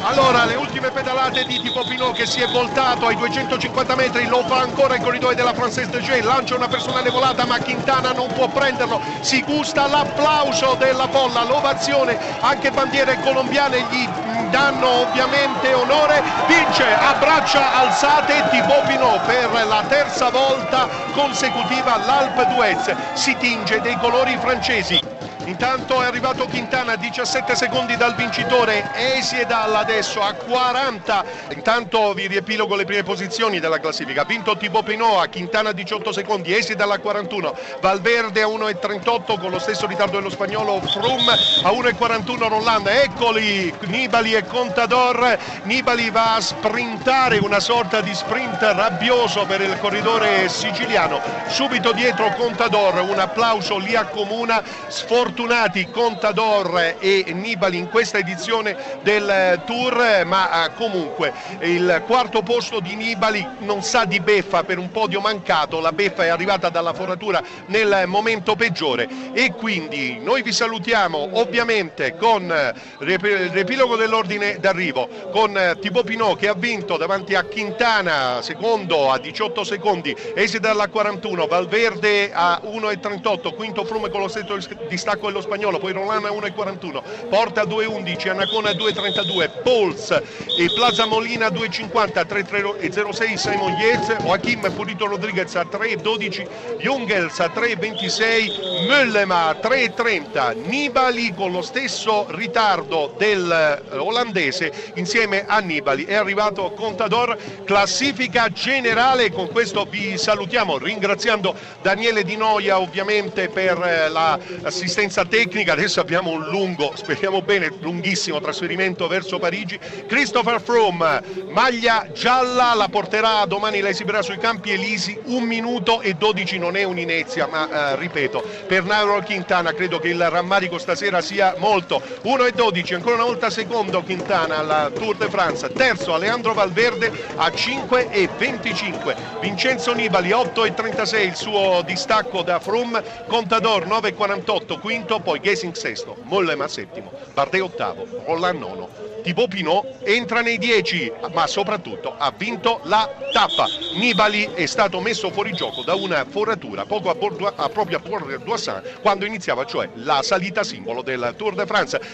Allora, le ultime pedalate di Thibaut Pinot che si è voltato ai 250 metri, lo fa ancora in corridoio della Française des Jeux, lancia una personale volata ma Quintana non può prenderlo, si gusta l'applauso della folla, l'ovazione, anche bandiere colombiane gli danno ovviamente onore, vince a braccia alzate Thibaut Pinot per la terza volta consecutiva l'Alpe d'Huez, si tinge dei colori francesi. Intanto è arrivato Quintana a 17 secondi dal vincitore, Esidal adesso a 40. Intanto vi riepilogo le prime posizioni della classifica. Ha vinto Thibaut Pinot a Quintana a 18 secondi, Esidal a 41, Valverde a 1,38 con lo stesso ritardo dello spagnolo, Froome a 1,41 Roland. Eccoli Nibali e Contador. Nibali va a sprintare, una sorta di sprint rabbioso per il corridore siciliano. Subito dietro Contador, un applauso li accomuna. Sfortunati Contador e Nibali in questa edizione del Tour, ma comunque il quarto posto di Nibali non sa di beffa per un podio mancato, la beffa è arrivata dalla foratura nel momento peggiore e quindi noi vi salutiamo ovviamente con il riepilogo dell'ordine d'arrivo, con Thibaut Pinot che ha vinto davanti a Quintana, secondo a 18 secondi, Esidal a 41, Valverde a 1,38, quinto Froome con lo stesso distacco dello spagnolo, poi Roland a 1,41, Porta a 2,11, Annacona a 2,32, Pols e Plaza Molina a 2,50, 3,06 Simon Yates, Joaquim Purito Rodriguez a 3,12, Jungels a 3,26, Mollema a 3,30, Nibali con lo stesso ritardo del olandese insieme a Nibali è arrivato Contador. Classifica generale, con questo vi salutiamo ringraziando Daniele Di Noia ovviamente per l'assistenza tecnica. Adesso abbiamo un lungo, speriamo bene, lunghissimo trasferimento verso Parigi. Christopher Froome, maglia gialla, la porterà domani, la esibirà sui Campi Elisi, 1 minuto e 12, non è un'inezia, ma ripeto, per Nairo Quintana credo che il rammarico stasera sia molto. 1,12, ancora una volta secondo Quintana alla Tour de France, terzo Alejandro Valverde a 5,25, Vincenzo Nibali 8,36 il suo distacco da Froome, Contador 9,48 quinto, poi Gesink sesto, Mollema settimo, Bardet ottavo, Roland nono. Thibaut Pinot entra nei 10, ma soprattutto ha vinto la tappa. Nibali è stato messo fuori gioco da una foratura poco proprio a Port d'Oisans quando iniziava, cioè la salita simbolo del Tour de France.